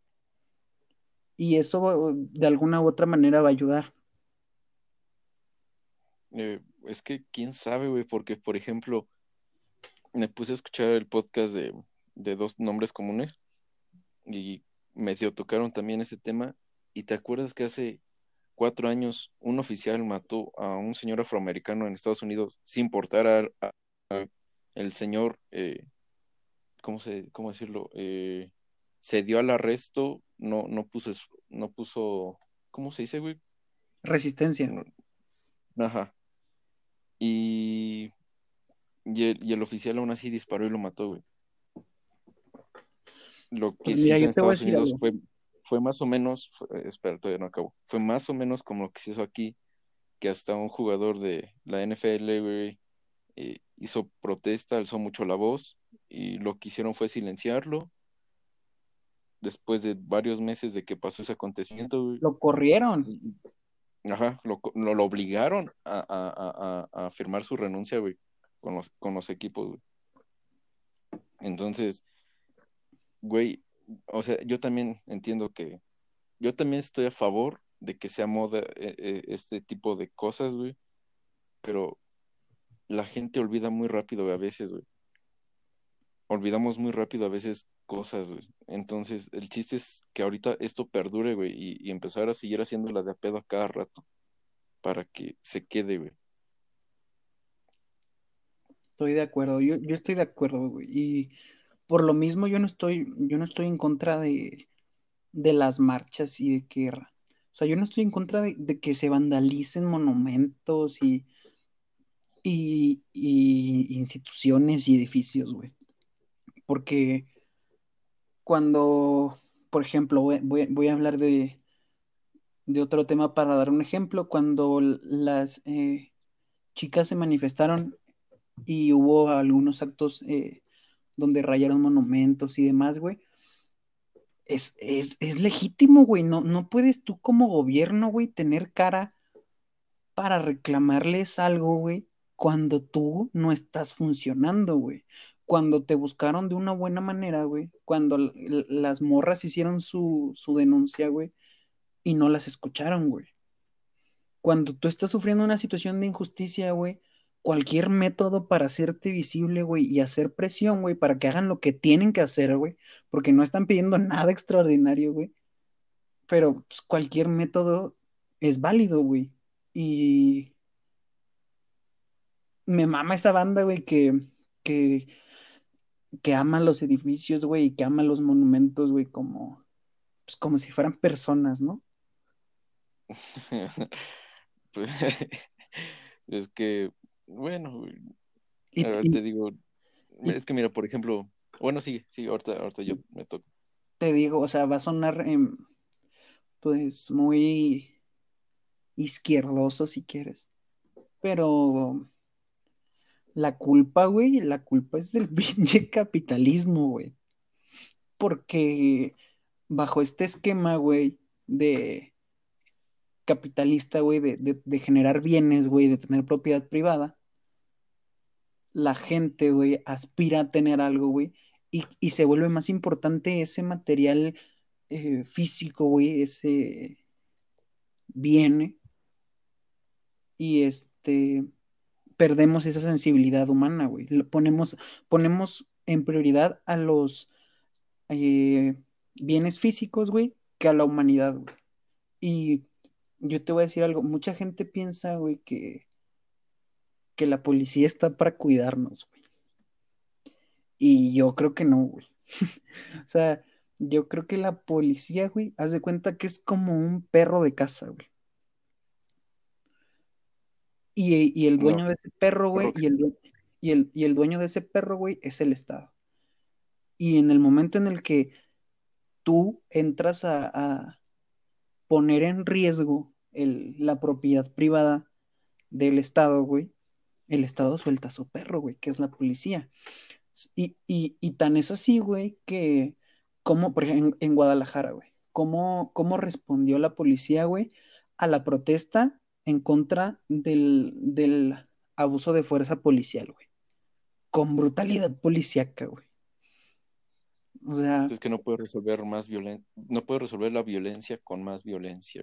Y eso de alguna u otra manera va a ayudar. Eh, es que quién sabe, güey, porque, por ejemplo, me puse a escuchar el podcast de, de dos nombres comunes y medio tocaron también ese tema. ¿Y te acuerdas que hace cuatro años un oficial mató a un señor afroamericano en Estados Unidos sin importar a, a- a- el señor, eh, ¿cómo se, cómo decirlo? Eh, se dio al arresto, no, no puso, es- no puso, ¿cómo se dice, güey? Resistencia. No, ajá. Y, y el, y el oficial aún así disparó y lo mató, güey. Lo Pues que se mira, hizo en yo te voy a Estados decir Unidos algo. fue, fue más o menos, fue- eh, espera, todavía no acabo, fue más o menos como lo que se hizo aquí, que hasta un jugador de la N F L, güey, eh, hizo protesta, alzó mucho la voz y lo que hicieron fue silenciarlo. Después de varios meses de que pasó ese acontecimiento, güey, Lo corrieron. y- ajá, lo, co- lo, lo obligaron a, a, a, a a firmar su renuncia, güey, con los, con los equipos, güey. Entonces, güey, o sea, yo también entiendo que yo también estoy a favor de que sea moda eh, eh, este tipo de cosas, güey, pero la gente olvida muy rápido güey, a veces, güey. Olvidamos muy rápido a veces cosas, güey. Entonces, el chiste es que ahorita esto perdure, güey, y, y empezar a seguir haciendo la de a pedo a cada rato para que se quede, güey. Estoy de acuerdo. Yo, yo estoy de acuerdo, güey. Y por lo mismo yo no estoy, yo no estoy en contra de, de las marchas y de que, o sea, yo no estoy en contra de, de que se vandalicen monumentos y, y, y instituciones y edificios, güey. Porque cuando, por ejemplo, voy, voy- voy a hablar de, de otro tema para dar un ejemplo, cuando l- las eh, chicas se manifestaron y hubo algunos actos eh, donde rayaron monumentos y demás, güey. es, es, es legítimo, güey. No, no puedes tú como gobierno, güey, tener cara para reclamarles algo, güey, cuando tú no estás funcionando, güey. Cuando te buscaron de una buena manera, güey. Cuando l- l- las morras hicieron su, su denuncia, güey, y no las escucharon, güey. Cuando tú estás sufriendo una situación de injusticia, güey, cualquier método para hacerte visible, güey, y hacer presión, güey, para que hagan lo que tienen que hacer, güey, porque no están pidiendo nada extraordinario, güey, pero pues, cualquier método es válido, güey. Y me mama esa banda, güey, que, que, que ama los edificios, güey, y que ama los monumentos, güey, como, pues, como si fueran personas, ¿no? Pues, es que, bueno, güey, Y, ahora y, te digo, y es que mira, por ejemplo, bueno, sí, sí, ahorita, ahorita yo me toca. te digo, o sea, va a sonar, em, pues, muy izquierdoso si quieres, pero la culpa, güey, la culpa es del pinche capitalismo, güey, porque bajo este esquema, güey, de capitalista, güey, de, de, de generar bienes, güey, de tener propiedad privada, la gente, güey, aspira a tener algo, güey, y, y se vuelve más importante ese material eh, físico, güey, ese bien, y este, perdemos esa sensibilidad humana, güey. Lo ponemos, ponemos en prioridad a los eh, bienes físicos, güey, que a la humanidad, güey. Y yo te voy a decir algo, mucha gente piensa, güey, que, que la policía está para cuidarnos, güey. Y yo creo que no, güey. O sea, yo creo que la policía, güey, haz de cuenta que es como un perro de casa, güey. Y, y el No, dueño de ese perro, güey, perro y el, due- y el, y el dueño de ese perro, güey, es el Estado. Y en el momento en el que tú entras a, a poner en riesgo el, la propiedad privada del Estado, güey, el Estado suelta a su perro, güey, que es la policía. Y, y, y tan es así, güey, que como, por ejemplo, en, en Guadalajara, güey, ¿cómo, cómo respondió la policía, güey, a la protesta en contra del, del abuso de fuerza policial, güey? Con brutalidad policíaca, güey. O sea, es que no puedo resolver más violen no puedo resolver la violencia con más violencia.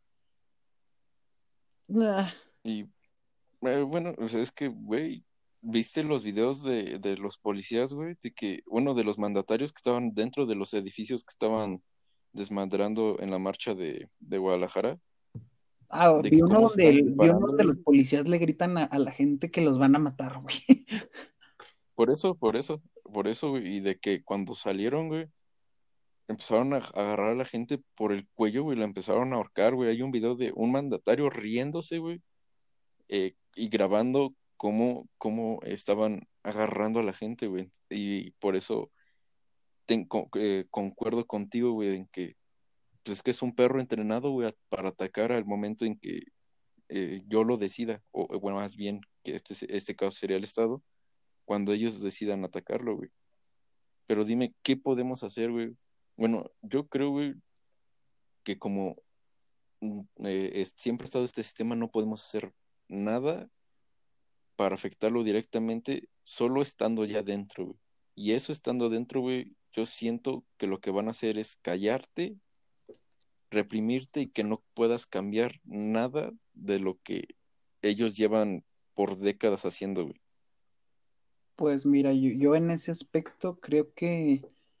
ah, Y eh, bueno, o sea, es que, güey, ¿viste los videos de, de los policías, güey? De que, bueno, de los mandatarios que estaban dentro de los edificios que estaban desmadrando en la marcha de, de Guadalajara, ah, de vi que uno cómo se donde, estaban el- vi uno preparando, donde los güey. policías le gritan a, a la gente que los van a matar, güey. Por eso, por eso, por eso, güey, y de que cuando salieron, güey, empezaron a agarrar a la gente por el cuello, güey, la empezaron a ahorcar, güey. Hay un video de un mandatario riéndose, güey, eh, y grabando cómo, cómo estaban agarrando a la gente, güey. Y por eso ten- co- eh, concuerdo contigo, güey, en que pues, es que es un perro entrenado, güey, a- para atacar al momento en que eh, yo lo decida, o o, bueno, más bien que este, se- este caso sería el Estado, cuando ellos decidan atacarlo, güey. Pero dime, ¿qué podemos hacer, güey? Bueno, yo creo, güey, que como mm, eh, es- siempre ha estado este sistema, no podemos hacer nada para afectarlo directamente, solo estando ya dentro, güey. Y eso estando dentro, güey, yo siento que lo que van a hacer es callarte, reprimirte y que no puedas cambiar nada de lo que ellos llevan por décadas haciendo, güey. Pues mira, yo, yo en ese aspecto creo que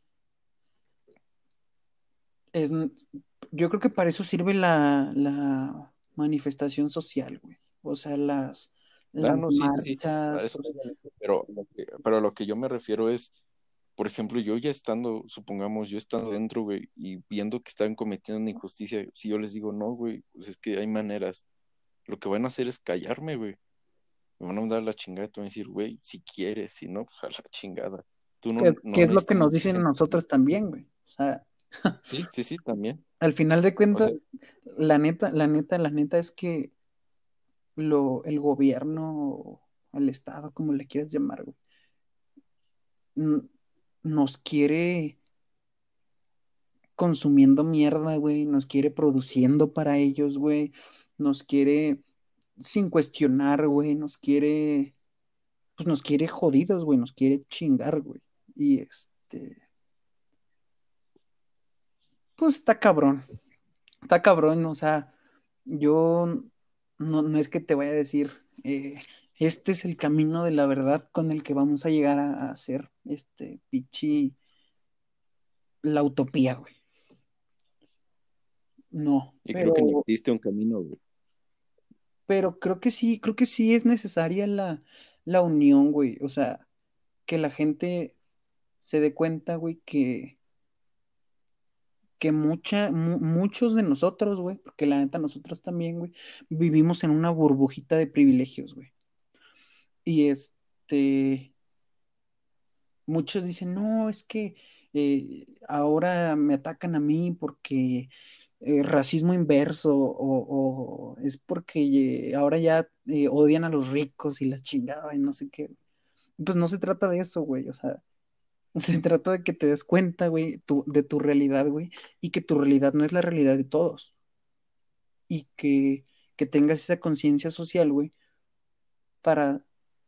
es, yo creo que para eso sirve la, la manifestación social, güey. O sea, las, Ah, las no, sí, sí, sí, a marchas, eso obviamente, pero, lo que- pero a lo que yo me refiero es, por ejemplo, yo ya estando, supongamos, yo estando dentro, güey, y viendo que están cometiendo una injusticia, si yo les digo, no, güey, pues es que hay maneras, lo que van a hacer es callarme, güey. Me van a mandar a la chingada, te van a decir, güey, si quieres, si no, pues a la chingada. Tú que, no, no que es lo que nos necesitamos dicen gente. nosotros también, güey. O sea, Sí, sí, sí, también. al final de O sea, cuentas, la neta, la neta, la neta es que lo, el gobierno, el Estado, como le quieras llamar, güey, n- nos quiere consumiendo mierda, güey, nos quiere produciendo para ellos, güey, nos quiere sin cuestionar, güey, nos quiere, pues nos quiere jodidos, güey, nos quiere chingar, güey. Y este, pues está cabrón, está cabrón, o sea, yo no, no es que te vaya a decir, eh, este es el camino de la verdad con el que vamos a llegar a, a hacer, este, pichi, la utopía, güey. No, Y creo que ni pero, existe un camino, güey. pero creo que sí, creo que sí es necesaria la, la unión, güey. O sea, que la gente se dé cuenta, güey, que, que mucha, mu- muchos de nosotros, güey, porque la neta nosotros también, güey, vivimos en una burbujita de privilegios, güey. Y este, muchos dicen, no, es que eh, ahora me atacan a mí porque eh, racismo inverso o, o es porque eh, ahora ya eh, odian a los ricos y la chingada y no sé qué. Pues no se trata de eso, güey, o sea, se trata de que te des cuenta, güey, tu- de tu realidad, güey, y que tu realidad no es la realidad de todos y que, que tengas esa conciencia social, güey, para,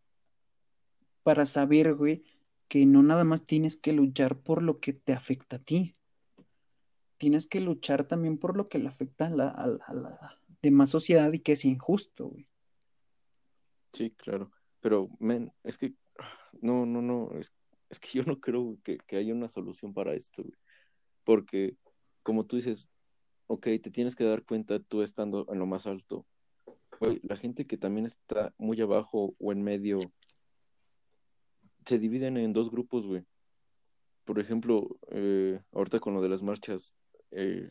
para saber, güey, que no nada más tienes que luchar por lo que te afecta a ti, tienes que luchar también por lo que le afecta a la, a la- a la demás sociedad y que es injusto, güey. Sí, claro. Pero, men, es que, no, no, no, es, es que yo no creo que, que haya una solución para esto, güey. Porque, como tú dices, ok, te tienes que dar cuenta tú estando en lo más alto. Güey, la gente que también está muy abajo o en medio se dividen en dos grupos, güey. Por ejemplo, eh, ahorita con lo de las marchas, eh,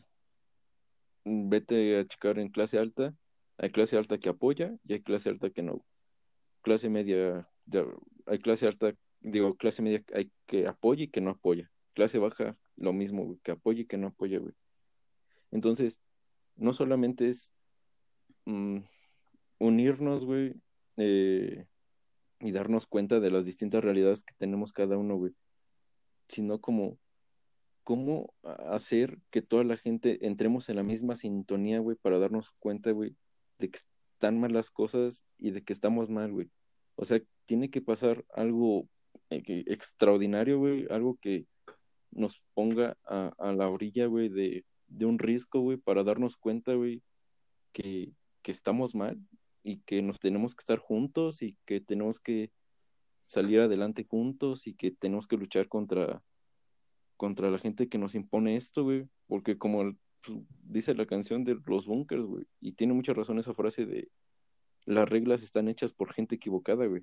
vete a checar en clase alta, hay clase alta que apoya y hay clase alta que no. Clase media, ya- hay clase alta, digo, clase media hay que apoya y que no apoya. Clase baja, lo mismo, güey, que apoya y que no apoya, güey. Entonces, no solamente es mm, unirnos, güey, eh, y darnos cuenta de las distintas realidades que tenemos cada uno, güey, sino como cómo hacer que toda la gente entremos en la misma sintonía, güey, para darnos cuenta, güey, de que están mal las cosas y de que estamos mal, güey. O sea, tiene que pasar algo eh, que- extraordinario, güey, algo que nos ponga a, a la orilla, güey, de, de un risco, güey, para darnos cuenta, güey, que, que estamos mal y que nos tenemos que estar juntos y que tenemos que salir adelante juntos y que tenemos que luchar contra contra la gente que nos impone esto, güey, porque como el- pues, dice la canción de los bunkers, güey, y tiene mucha razón esa frase de las reglas están hechas por gente equivocada, güey,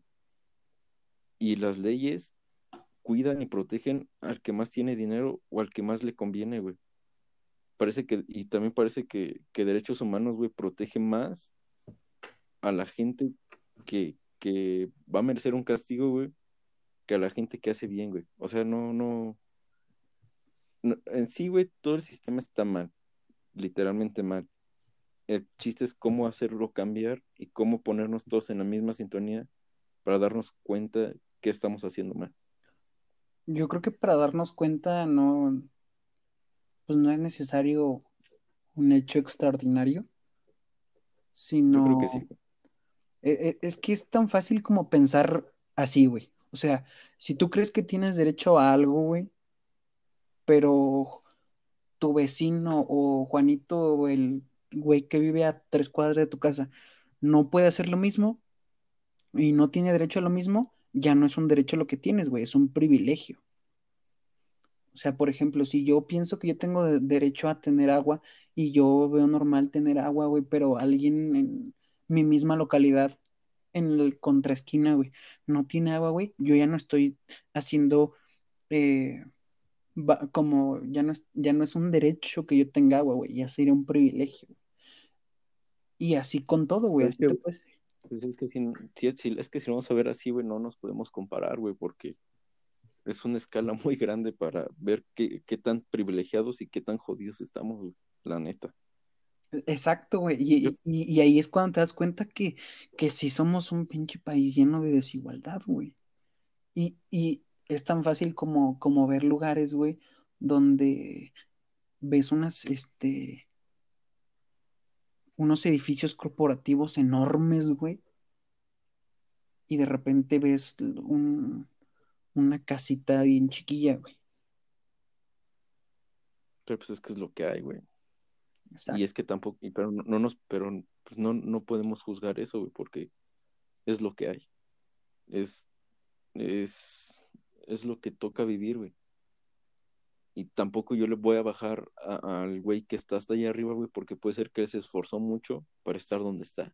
y las leyes cuidan y protegen al que más tiene dinero o al que más le conviene, güey. Parece que, y también parece que, que derechos humanos, güey, protege más a la gente que, que va a merecer un castigo, güey, que a la gente que hace bien, güey. O sea, no, no, no- en sí, güey, todo el sistema está mal, literalmente mal. El chiste es cómo hacerlo cambiar y cómo ponernos todos en la misma sintonía para darnos cuenta que estamos haciendo mal. Yo creo que para darnos cuenta no, pues no es necesario un hecho extraordinario, Yo creo que sí, sino güey. e- e- es que es tan fácil como pensar así, güey. O sea, si tú crees que tienes derecho a algo, güey, pero tu vecino o Juanito o el güey que vive a tres cuadras de tu casa no puede hacer lo mismo y no tiene derecho a lo mismo, ya no es un derecho lo que tienes, güey, es un privilegio. O sea, por ejemplo, si yo pienso que yo tengo de- derecho a tener agua y yo veo normal tener agua, güey, pero alguien en mi misma localidad, en el contraesquina, güey, no tiene agua, güey, yo ya no estoy haciendo eh, va- como, ya no es, ya no es un derecho que yo tenga agua, güey, ya sería un privilegio. Y así con todo, güey, Pero es así que, te puedes. pues es que si, si es, si- es que si lo vamos a ver así, güey, no nos podemos comparar, güey, porque es una escala muy grande para ver qué, qué tan privilegiados y qué tan jodidos estamos, güey, la neta. Exacto, güey. Yo, Y, y, y ahí es cuando te das cuenta que, que sí somos un pinche país lleno de desigualdad, güey. Y, y es tan fácil como, como ver lugares, güey, donde ves unas, este, unos edificios corporativos enormes, güey, y de repente ves un, una casita bien chiquilla, güey. Pero pues es que es lo que hay, güey. Y Exacto. es que tampoco, y pero no, no nos, pero pues no, no podemos juzgar eso, güey, porque es lo que hay. Es, es, es lo que toca vivir, güey. Y tampoco yo le voy a bajar a- al güey que está hasta allá arriba, güey, porque puede ser que él se esforzó mucho para estar donde está.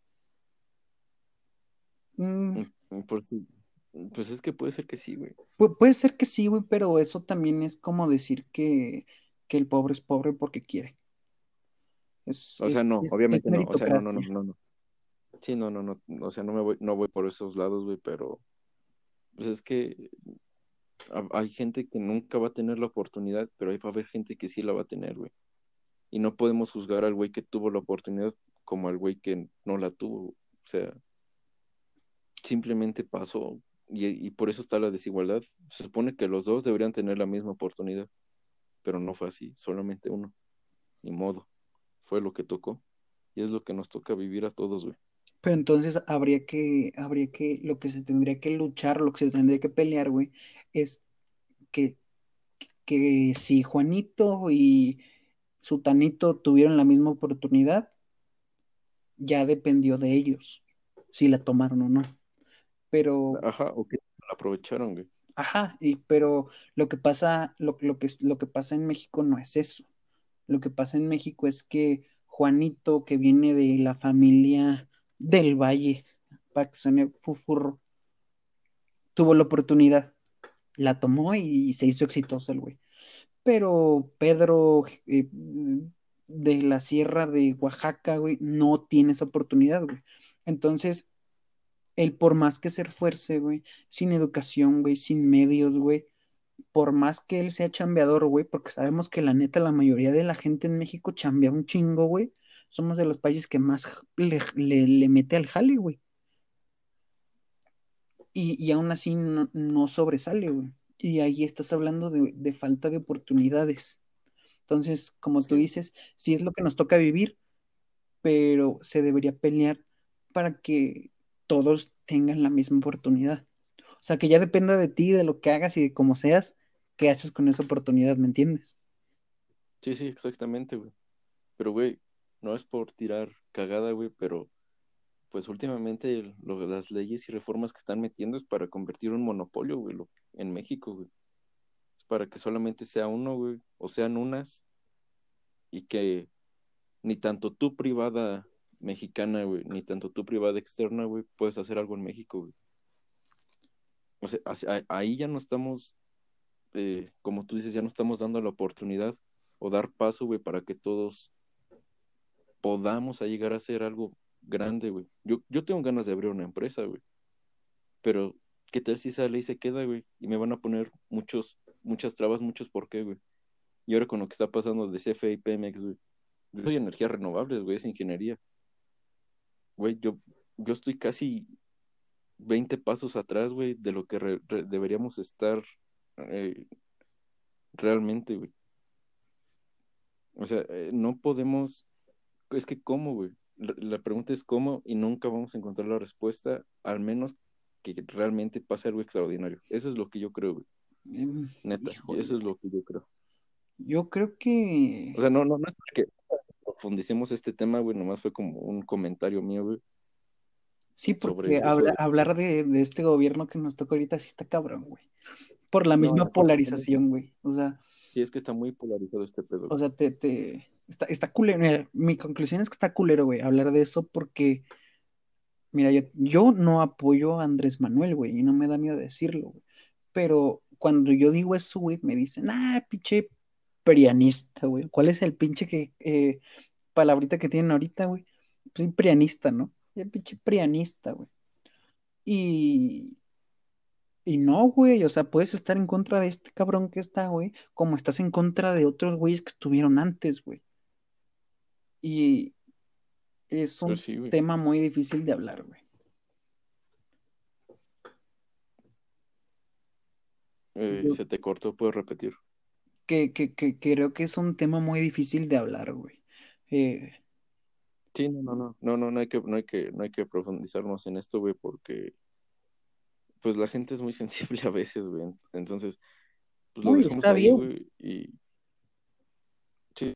Mm, Mm, mm, Por si, pues es que puede ser que sí, güey. pu- puede ser que sí, güey, pero eso también es como decir que, que el pobre es pobre porque quiere. Es, O sea, es, no, es, es obviamente no. O sea, no, no, no, meritocracia. no, no. Sí, no, no, no. O sea, no me voy, no voy por esos lados, güey, pero pues es que ha- hay gente que nunca va a tener la oportunidad, pero ahí va a haber gente que sí la va a tener, güey. Y no podemos juzgar al güey que tuvo la oportunidad como al güey que no la tuvo. O sea, simplemente pasó y, y por eso está la desigualdad. Se supone que los dos deberían tener la misma oportunidad, pero no fue así, solamente uno. Ni modo, fue lo que tocó y es lo que nos toca vivir a todos, güey. Pero entonces habría que, habría que, lo que se tendría que luchar, lo que se tendría que pelear, güey, es que, que si Juanito y Sutanito tuvieron la misma oportunidad, ya dependió de ellos, si la tomaron o no. Pero, Ajá, o que la aprovecharon, güey. ajá, y pero lo que pasa, lo, lo que, lo que pasa en México no es eso. Lo que pasa en México es que Juanito, que viene de la familia del Valle, para que suene fufurro, tuvo la oportunidad, la tomó y se hizo exitoso el güey. Pero Pedro eh, de la Sierra de Oaxaca, güey, no tiene esa oportunidad, güey. Entonces, él por más que se esfuerce, güey, sin educación, güey, sin medios, güey, por más que él sea chambeador, güey, porque sabemos que la neta la mayoría de la gente en México chambea un chingo, güey. Somos de los países que más le, le, le mete al jale, güey. Y, y aún así no, no sobresale, güey. Y ahí estás hablando de, de falta de oportunidades. Entonces, como tú Sí, dices, sí es lo que nos toca vivir, pero se debería pelear para que todos tengan la misma oportunidad. O sea, que ya dependa de ti, de lo que hagas y de cómo seas, qué haces con esa oportunidad, ¿me entiendes? sí, sí, exactamente, güey. Pero, güey, no es por tirar cagada, güey, pero pues últimamente el- lo- las leyes y reformas que están metiendo es para convertir un monopolio, güey, lo- en México, güey. Es para que solamente sea uno, güey, o sean unas, y que ni tanto tú privada mexicana, güey, ni tanto tú privada externa, güey, puedes hacer algo en México, güey. O sea, así- a- ahí ya no estamos, eh, como tú dices, ya no estamos dando la oportunidad o dar paso, güey, para que todos podamos a llegar a hacer algo grande, güey. Yo, yo tengo ganas de abrir una empresa, güey, pero ¿qué tal si esa ley se queda, güey? Y me van a poner muchos, muchas trabas, muchos por qué, güey. Y ahora con lo que está pasando de C F E y Pemex, güey. Yo soy energías renovables, güey, es ingeniería. Güey, yo, yo estoy casi veinte pasos atrás, güey, de lo que re- re- deberíamos estar eh, realmente, güey. O sea, eh, no podemos, es que cómo, güey. La, la pregunta es cómo y nunca vamos a encontrar la respuesta, al menos que realmente pase algo extraordinario. Eso es lo que yo creo, güey. Em, Neta, híjole, eso es lo que yo creo. yo creo O que sea, no, no, no es para que profundicemos este tema, güey, nomás fue como un comentario mío, güey, sí, porque sobre eso habla- de... hablar de, de este gobierno que nos toca ahorita sí está cabrón, güey. Por la No, misma ya, porque está muy... polarización, güey. O sea, Sí, es que está muy polarizado este pedo, o güey. sea, te, te, está, está culero. Mira, mi conclusión es que está culero, güey, hablar de eso porque, mira, yo, yo no apoyo a Andrés Manuel, güey, y no me da miedo decirlo, güey. Pero cuando yo digo eso, güey, me dicen, ah, pinche prianista, güey. ¿Cuál es el pinche que, eh, palabrita que tienen ahorita, güey? Pues sí, prianista, ¿no? El pinche prianista, güey. Y, y no, güey, o sea, puedes estar en contra de este cabrón que está, güey, como estás en contra de otros güeyes que estuvieron antes, güey. Y es Pues un sí, güey. tema muy difícil de hablar, güey. Eh, Yo, se te cortó, puedo repetir. que, que, que creo que es un tema muy difícil de hablar, güey. Eh, Sí, no, no, no, no, no, no hay que, no hay que, no hay que profundizarnos en esto, güey, porque pues la gente es muy sensible a veces, güey. Entonces, pues lo no, y dejamos está ahí, bien. güey, y sí,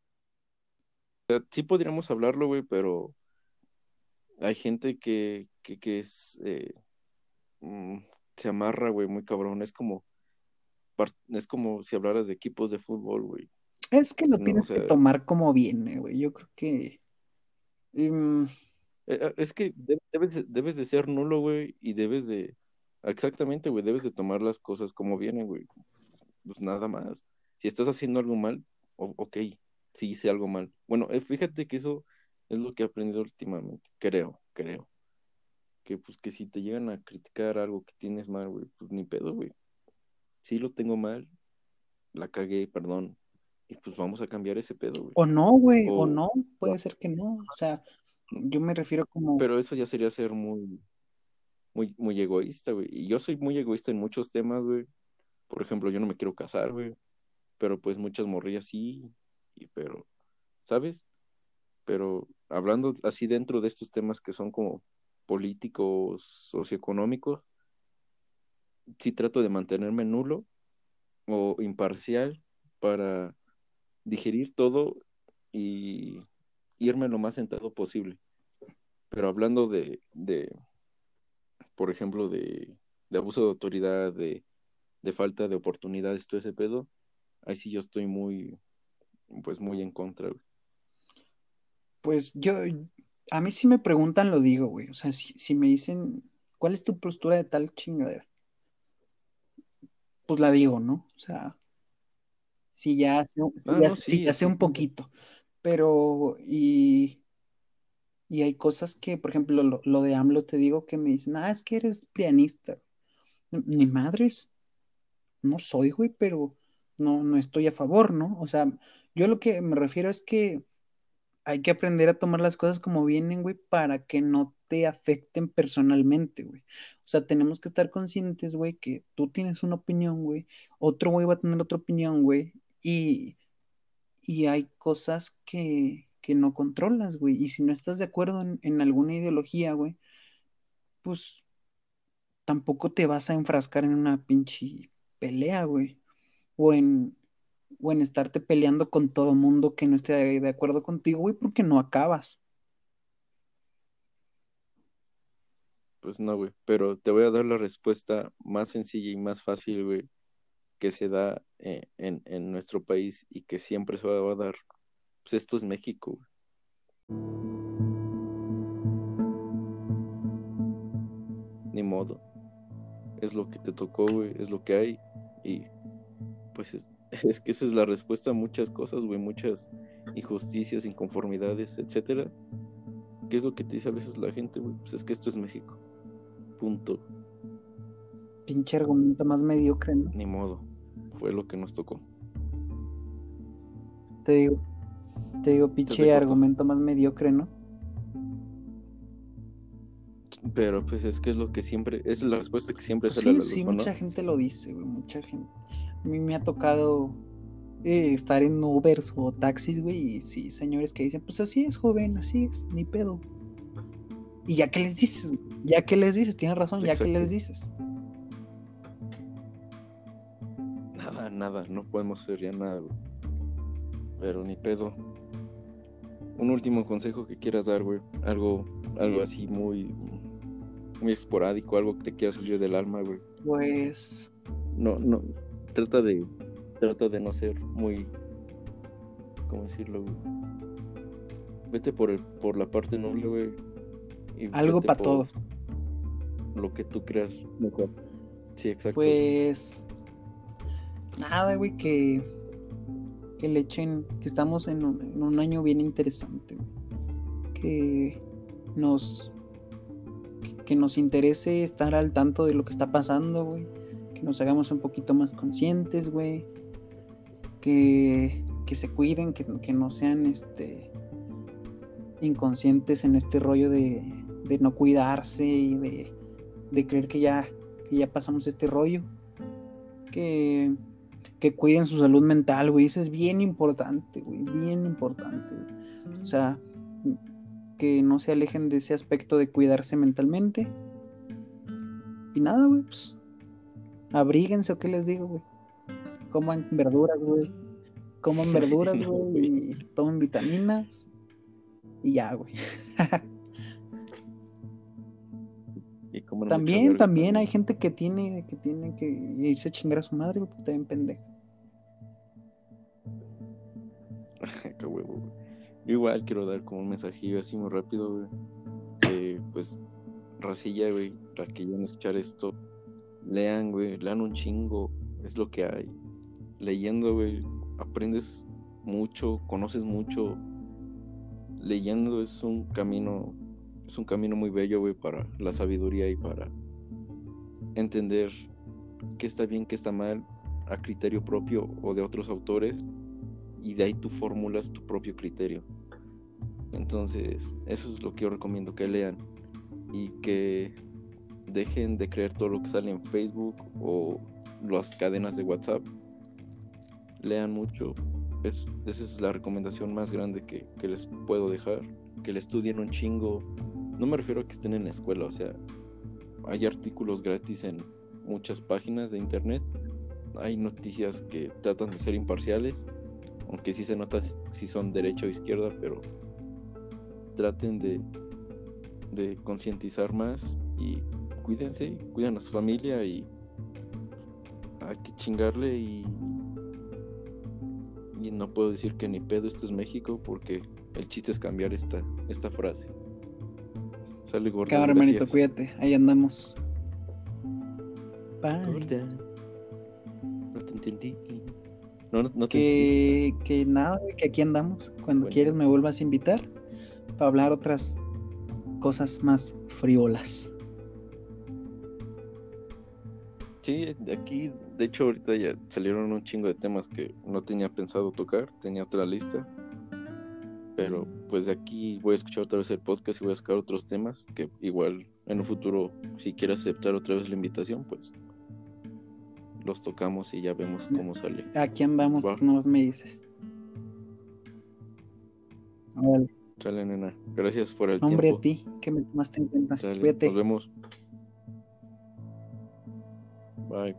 o sea, sí podríamos hablarlo, güey, pero hay gente que, que, que es, eh, mm, se amarra, güey, muy cabrón. Es como, par- es como si hablaras de equipos de fútbol, güey. Es que lo No, o tienes que sea, tomar como viene, güey. Yo creo que em, eh, eh, es que de- debes, de- debes de ser nulo, güey, y debes de, exactamente, güey, debes de tomar las cosas como vienen, güey. Pues nada más. Si estás haciendo algo mal, o- ok, sí hice algo mal. Bueno, eh, fíjate que eso es lo que he aprendido últimamente, creo, creo. Que pues que si te llegan a criticar algo que tienes mal, güey, pues ni pedo, güey. Sí lo tengo mal, la cagué, perdón. Y pues vamos a cambiar ese pedo, güey. o no, güey, o O, no, puede ser que no. O sea, yo me refiero como, pero eso ya sería ser muy, muy, muy egoísta, güey. Y yo soy muy egoísta en muchos temas, güey. Por ejemplo, yo no me quiero casar, güey. Pero pues muchas morrillas sí. Y pero, ¿sabes? Pero hablando así dentro de estos temas que son como políticos, socioeconómicos, sí trato de mantenerme nulo o imparcial para digerir todo y irme lo más centrado posible. Pero hablando de, de por ejemplo, de, de abuso de autoridad, de, de falta de oportunidades, todo ese pedo, ahí sí yo estoy muy, pues muy en contra, güey. pues yo, a mí si me preguntan lo digo, güey. O sea, si, si me dicen, ¿cuál es tu postura de tal chingadera? Pues la digo, ¿no? O sea, si ya hace, si Ah, ya, no, si sí, ya es sé que un sí. poquito, pero, y, y hay cosas que, por ejemplo, lo, lo de AMLO te digo que me dicen, ah, es que eres pianista. Ni madres, no soy, güey, pero no, no estoy a favor, ¿no? O sea, yo lo que me refiero es que hay que aprender a tomar las cosas como vienen, güey, para que no te afecten personalmente, güey. O sea, tenemos que estar conscientes, güey, que tú tienes una opinión, güey, otro güey va a tener otra opinión, güey, y, y hay cosas que, que no controlas, güey, y si no estás de acuerdo en, en alguna ideología, güey, pues tampoco te vas a enfrascar en una pinche pelea, güey, o en, o en estarte peleando con todo mundo que no esté de, de acuerdo contigo, güey, porque no acabas. Pues no, güey. Pero te voy a dar la respuesta más sencilla y más fácil, güey, que se da eh, en, en nuestro país y que siempre se va a dar. Pues esto es México, güey. Ni modo. Es lo que te tocó, güey. Es lo que hay. Y pues es, es que esa es la respuesta a muchas cosas, güey. Muchas injusticias, inconformidades, etcétera. ¿Qué es lo que te dice a veces la gente, güey? Pues es que esto es México. Punto. Pinche argumento más mediocre, ¿no? Ni modo. Fue lo que nos tocó. Te digo, te digo, Se te pinche cortó. argumento más mediocre, ¿no? Pero pues es que es lo que siempre, es la respuesta que siempre Pues sale a sí, la sí, luz, ¿o no? mucha gente lo dice, güey, mucha gente. A mí me ha tocado eh, estar en Ubers o taxis, güey, y sí, señores que dicen, pues así es, joven, así es, ni pedo. Y ya que les dices, ya que les dices, tienes razón, ya que les Exacto. dices. Nada, nada, no podemos hacer ya nada, güey. Pero ni pedo. Un último consejo que quieras dar, güey. Algo, algo así muy, muy esporádico, algo que te quiera salir del alma, güey. Pues, No, no, trata de, trata de no ser muy, ¿cómo decirlo, güey? Vete por el, por la parte noble, güey, y algo vete para por todos. lo que tú creas mejor. Sí, exacto. Pues, nada, güey, que, que le echen, que estamos en un, en un año bien interesante, güey. Que nos que, que nos interese estar al tanto de lo que está pasando, güey. Que nos hagamos un poquito más conscientes, güey. Que, que se cuiden, que, que no sean este, inconscientes en este rollo de, de no cuidarse y de, de creer que ya, que ya pasamos este rollo. Que, que cuiden su salud mental, güey. Eso es bien importante, güey, bien importante, güey. O sea, que no se alejen de ese aspecto de cuidarse mentalmente. Y nada, güey, pues abríguense o qué les digo, güey. Coman verduras, güey. Coman verduras, No, güey, güey. y tomen vitaminas. Y ya, güey. Y comen mucha También, verga también hay también. gente que tiene que tiene que irse a chingar a su madre, güey, porque también pendejo. Qué huevo, güey. Yo igual quiero dar como un mensajillo así muy rápido, güey. Que pues, racilla, güey, la que quieran escuchar esto, lean, güey, lean un chingo, es lo que hay. Leyendo, güey, aprendes mucho, conoces mucho. Leyendo es un camino, es un camino muy bello, güey, para la sabiduría y para entender qué está bien, qué está mal, a criterio propio o de otros autores, y de ahí tú formulas tu propio criterio. Entonces, eso es lo que yo recomiendo, que lean y que dejen de creer todo lo que sale en Facebook o las cadenas de WhatsApp. Lean mucho. Es, esa es la recomendación más grande que, que les puedo dejar. Que le estudien un chingo. No me refiero a que estén en la escuela, o sea, hay artículos gratis en muchas páginas de internet. Hay noticias que tratan de ser imparciales, aunque sí se nota si son derecha o izquierda, pero traten de, de concientizar más y cuídense, cuiden a su familia y hay que chingarle y, y no puedo decir que ni pedo, esto es México, porque el chiste es cambiar esta, esta frase. Sale gorda, Cámara, hermanito, gracias. cuídate, ahí andamos. Bye. Gorda. No te entendí. No, no, no te Que, entendí. que nada, güey, que aquí andamos. Cuando Bueno. quieres me vuelvas a invitar para hablar otras cosas más friolas. Sí, de aquí, de hecho ahorita ya salieron un chingo de temas que no tenía pensado tocar, tenía otra lista, pero pues de aquí voy a escuchar otra vez el podcast y voy a sacar otros temas que igual en un futuro, si quieres aceptar otra vez la invitación, pues los tocamos y ya vemos cómo sale. Aquí andamos, Va. tú nomás me dices. Vale. Sale, nena. Gracias por el Hombre, tiempo. a ti, que me tomaste en cuenta. Sale, Cuídate. nos vemos. Bye.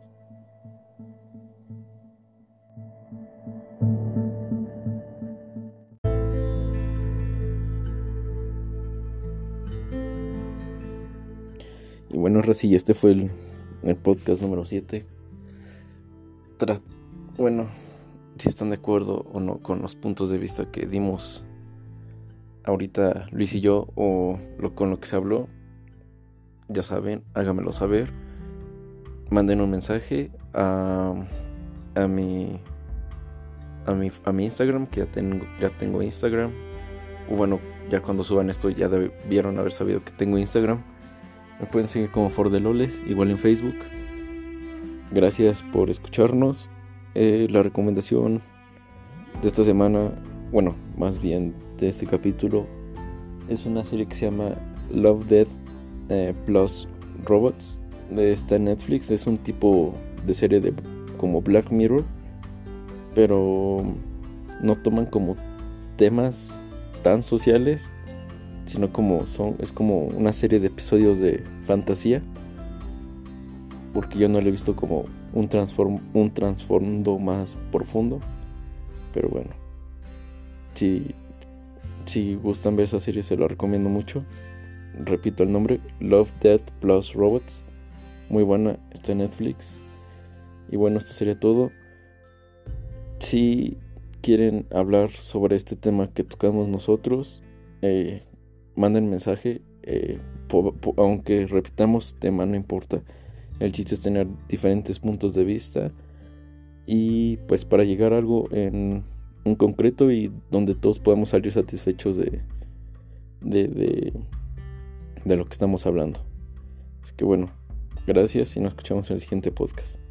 Y bueno, Racilla, este fue el, el podcast número siete. Tra- bueno, si están de acuerdo o no con los puntos de vista que dimos ahorita Luis y yo, o lo, con lo que se habló, ya saben, háganmelo saber. Manden un mensaje a, a mi a mi a mi Instagram, que ya tengo ya tengo Instagram. O bueno, ya cuando suban esto ya debieron haber sabido que tengo Instagram. Me pueden seguir como Fordeloles, igual en Facebook. Gracias por escucharnos. Eh, la recomendación de esta semana, bueno, más bien de este capítulo, es una serie que se llama Love, Death eh, Plus Robots. Está en Netflix. Es un tipo de serie de como Black Mirror, pero no toman como temas tan sociales, sino como son, es como una serie de episodios de fantasía, porque yo no le he visto como un transform, un trasfondo más profundo. Pero bueno, si, si gustan ver esa serie, se la recomiendo mucho. Repito el nombre, Love, Death Plus Robots. Muy buena, está en Netflix. Y bueno, esto sería todo. Si quieren hablar sobre este tema que tocamos nosotros, eh, manden mensaje. eh, po, po, aunque repitamos tema, no importa. El chiste es tener diferentes puntos de vista y pues para llegar a algo en, en concreto y donde todos podamos salir satisfechos de, de, de, de lo que estamos hablando. Así que bueno, gracias y nos escuchamos en el siguiente podcast.